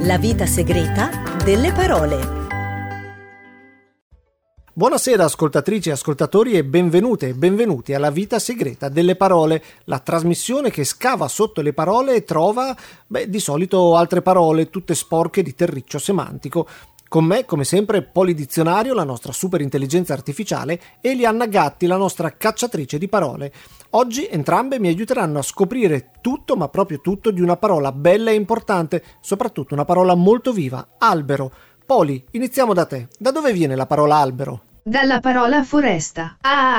La vita segreta delle parole. Buonasera ascoltatrici e ascoltatori e benvenute e benvenuti alla Vita Segreta delle Parole, la trasmissione che scava sotto le parole e trova, di solito altre parole tutte sporche di terriccio semantico. Con me, come sempre, Polidizionario, la nostra super intelligenza artificiale, e Elianna Gatti, la nostra cacciatrice di parole. Oggi entrambe mi aiuteranno a scoprire tutto, ma proprio tutto, di una parola bella e importante, soprattutto una parola molto viva, albero. Poli, iniziamo da te. Da dove viene la parola albero? Dalla parola foresta.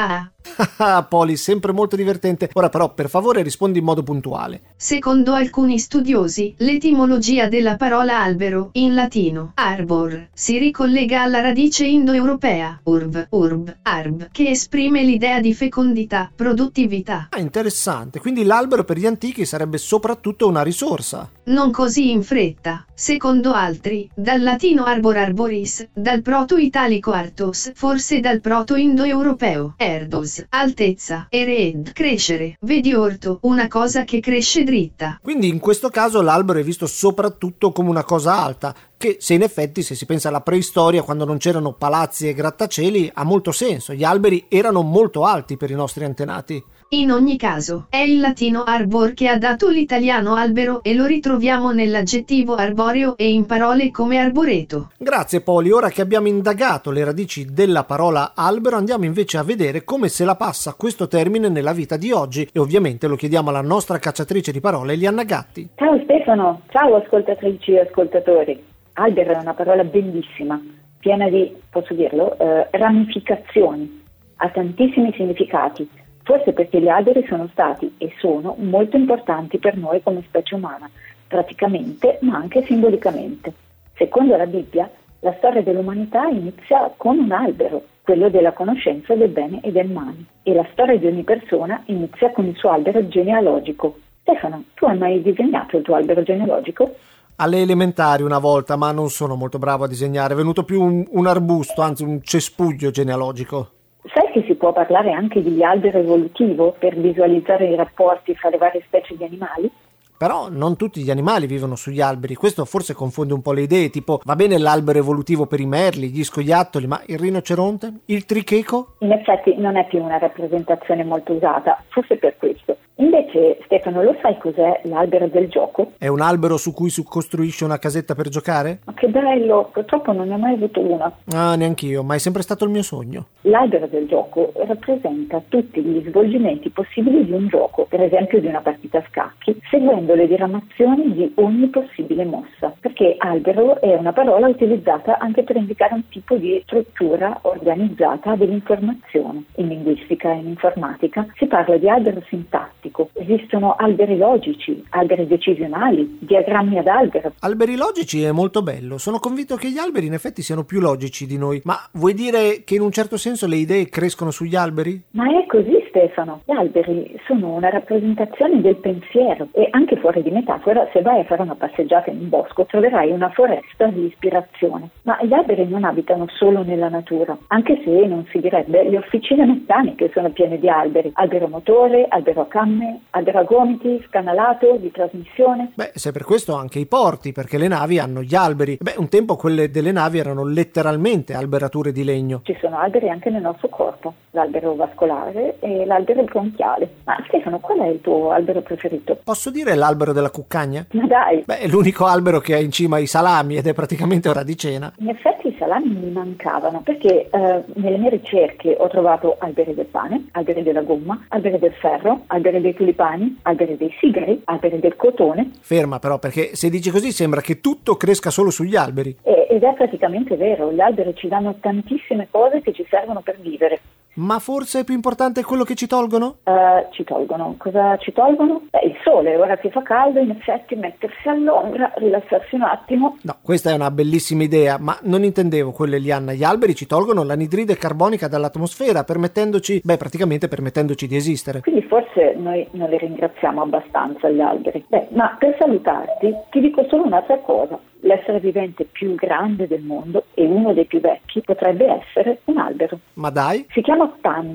Poli, sempre molto divertente. Ora però, per favore, rispondi in modo puntuale. Secondo alcuni studiosi, l'etimologia della parola albero, in latino arbor, si ricollega alla radice indoeuropea urb, arb, che esprime l'idea di fecondità, produttività. Interessante. Quindi l'albero per gli antichi sarebbe soprattutto una risorsa. Non così in fretta. Secondo altri, dal latino arbor arboris, dal proto-italico artos, forse dal proto-indoeuropeo erdos, altezza, ered, crescere, vedi orto, una cosa che cresce dritta. Quindi in questo caso l'albero è visto soprattutto come una cosa alta, che se in effetti, se si pensa alla preistoria, quando non c'erano palazzi e grattacieli, ha molto senso. Gli alberi erano molto alti per i nostri antenati. In ogni caso, è il latino arbor che ha dato l'italiano albero e lo ritroviamo nell'aggettivo arboreo e in parole come arboreto. Grazie Poli, ora che abbiamo indagato le radici della parola albero, andiamo invece a vedere come se la passa questo termine nella vita di oggi e ovviamente lo chiediamo alla nostra cacciatrice di parole, Elianna Gatti. Ciao Stefano, ciao ascoltatrici e ascoltatori. Albero è una parola bellissima, piena di, posso dirlo, ramificazioni, ha tantissimi significati. Forse perché gli alberi sono stati e sono molto importanti per noi come specie umana, praticamente ma anche simbolicamente. Secondo la Bibbia, la storia dell'umanità inizia con un albero, quello della conoscenza del bene e del male, e la storia di ogni persona inizia con il suo albero genealogico. Stefano, tu hai mai disegnato il tuo albero genealogico? Alle elementari una volta, ma non sono molto bravo a disegnare, è venuto più un arbusto, anzi un cespuglio genealogico. Sai che si può parlare anche di albero evolutivo per visualizzare i rapporti fra le varie specie di animali? Però non tutti gli animali vivono sugli alberi, questo forse confonde un po' le idee, tipo va bene l'albero evolutivo per i merli, gli scoiattoli, ma il rinoceronte? Il tricheco? In effetti non è più una rappresentazione molto usata, forse per questo. Invece, Stefano, lo sai cos'è l'albero del gioco? È un albero su cui si costruisce una casetta per giocare? Ma che bello, purtroppo non ne ho mai avuto una. Neanch'io, ma è sempre stato il mio sogno. L'albero del gioco rappresenta tutti gli svolgimenti possibili di un gioco, per esempio di una partita a scacchi, seguendo le diramazioni di ogni possibile mossa, perché albero è una parola utilizzata anche per indicare un tipo di struttura organizzata dell'informazione. In linguistica e in informatica si parla di albero sintattico. Esistono alberi logici, alberi decisionali, diagrammi ad albero. Alberi logici è molto bello. Sono convinto che gli alberi in effetti siano più logici di noi. Ma vuoi dire che in un certo senso le idee crescono sugli alberi? Ma è così, Stefano. Gli alberi sono una rappresentazione del pensiero e anche fuori di metafora, se vai a fare una passeggiata in un bosco troverai una foresta di ispirazione. Ma gli alberi non abitano solo nella natura, anche se non si direbbe, le officine meccaniche sono piene di alberi. Albero motore, albero a camme, albero a gomiti, scanalato, di trasmissione. Se per questo anche i porti, perché le navi hanno gli alberi. Un tempo quelle delle navi erano letteralmente alberature di legno. Ci sono alberi anche nel nostro corpo, l'albero vascolare e l'albero bronchiale. Ma Stefano, qual è il tuo albero preferito? Posso dire l'albero della cuccagna? Ma dai! È l'unico albero che ha in cima i salami ed è praticamente ora di cena. In effetti i salami mi mancavano perché nelle mie ricerche ho trovato alberi del pane, alberi della gomma, alberi del ferro, alberi dei tulipani, alberi dei sigari, alberi del cotone. Ferma però, perché se dici così sembra che tutto cresca solo sugli alberi. Ed è praticamente vero, gli alberi ci danno tantissime cose che ci servono per vivere. Ma forse è più importante quello che ci tolgono? Ci tolgono. Cosa ci tolgono? Il sole, ora che fa caldo, in effetti mettersi all'ombra, rilassarsi un attimo. No, questa è una bellissima idea, ma non intendevo quello, Elianna. Gli alberi ci tolgono l'anidride carbonica dall'atmosfera, praticamente permettendoci di esistere. Quindi forse noi non li ringraziamo abbastanza gli alberi. Ma per salutarti ti dico solo un'altra cosa. L'essere vivente più grande del mondo e uno dei più vecchi potrebbe essere un albero. Ma dai? Si chiama Pando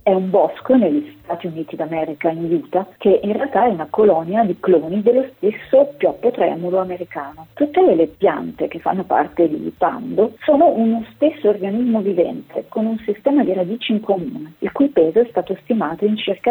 è un bosco negli Stati Uniti d'America, in Utah, che in realtà è una colonia di cloni dello stesso pioppo tremulo americano. Tutte le piante che fanno parte di Pando sono uno stesso organismo vivente con un sistema di radici in comune, il cui peso è stato stimato in circa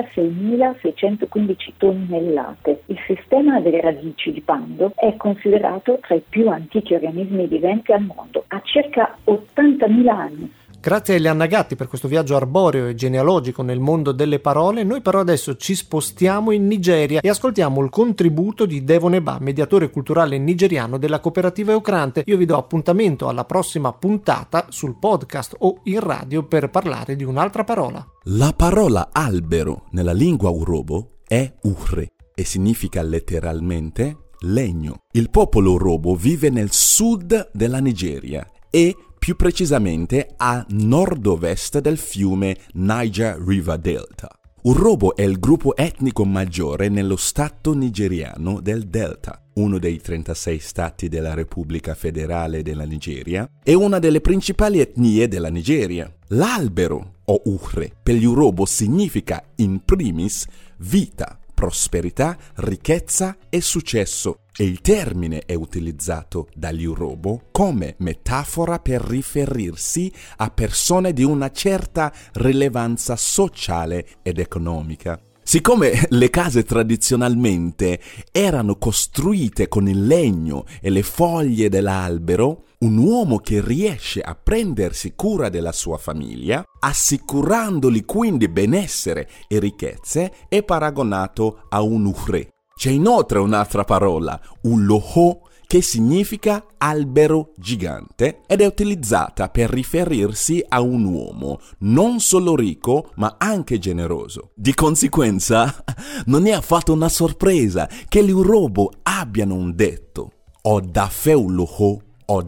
6.615 tonnellate. Il sistema delle radici di Pando è considerato tra i più antichi organismi viventi al mondo, ha circa 80.000 anni. Grazie a Elianna Gatti per questo viaggio arboreo e genealogico nel mondo delle parole. Noi però adesso ci spostiamo in Nigeria e ascoltiamo il contributo di Devon Eba, mediatore culturale nigeriano della cooperativa Eucrante. Io vi do appuntamento alla prossima puntata sul podcast o in radio per parlare di un'altra parola. La parola albero nella lingua urobo è uhre e significa letteralmente legno. Il popolo urobo vive nel sud della Nigeria e più precisamente a nord-ovest del fiume Niger River Delta. Urobo è il gruppo etnico maggiore nello stato nigeriano del Delta, uno dei 36 stati della Repubblica Federale della Nigeria, e una delle principali etnie della Nigeria. L'albero, o uhre, per gli urobo significa in primis vita, prosperità, ricchezza e successo, e il termine è utilizzato dagli urobo come metafora per riferirsi a persone di una certa rilevanza sociale ed economica. Siccome le case tradizionalmente erano costruite con il legno e le foglie dell'albero, un uomo che riesce a prendersi cura della sua famiglia, assicurandogli quindi benessere e ricchezze, è paragonato a un uhre. C'è inoltre un'altra parola, uloho, che significa albero gigante ed è utilizzata per riferirsi a un uomo non solo ricco ma anche generoso. Di conseguenza non è affatto una sorpresa che gli urobo abbiano un detto, Odafeuloho,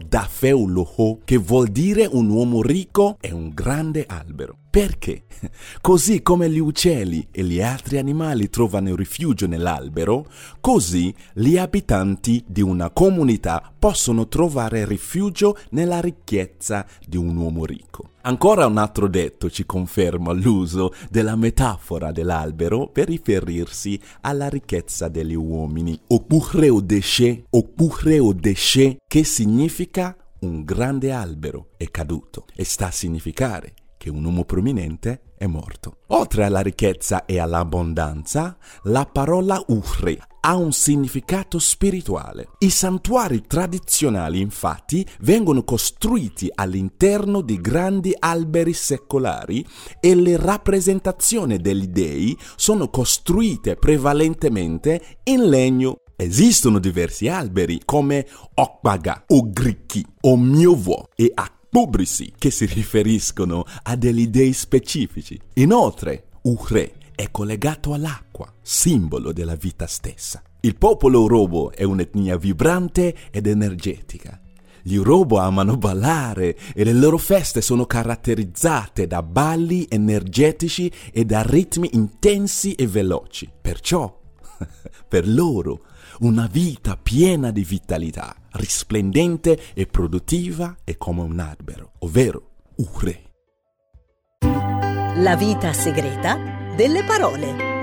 che vuol dire un uomo ricco e un grande albero. Perché? Così come gli uccelli e gli altri animali trovano rifugio nell'albero, così gli abitanti di una comunità possono trovare rifugio nella ricchezza di un uomo ricco. Ancora un altro detto ci conferma l'uso della metafora dell'albero per riferirsi alla ricchezza degli uomini. Opure o deshe, che significa un grande albero è caduto e sta a significare che un uomo prominente è morto. Oltre alla ricchezza e all'abbondanza, la parola uhre ha un significato spirituale. I santuari tradizionali, infatti, vengono costruiti all'interno di grandi alberi secolari e le rappresentazioni degli dei sono costruite prevalentemente in legno. Esistono diversi alberi come Okbaga, Ogriki, Omiovo e Akpobrisi che si riferiscono a degli dei specifici. Inoltre, uhre è collegato all'acqua, simbolo della vita stessa. Il popolo urobo è un'etnia vibrante ed energetica. Gli urobo amano ballare e le loro feste sono caratterizzate da balli energetici e da ritmi intensi e veloci. Perciò, per loro, una vita piena di vitalità, risplendente e produttiva è come un albero, ovvero uhre. La vita segreta delle parole.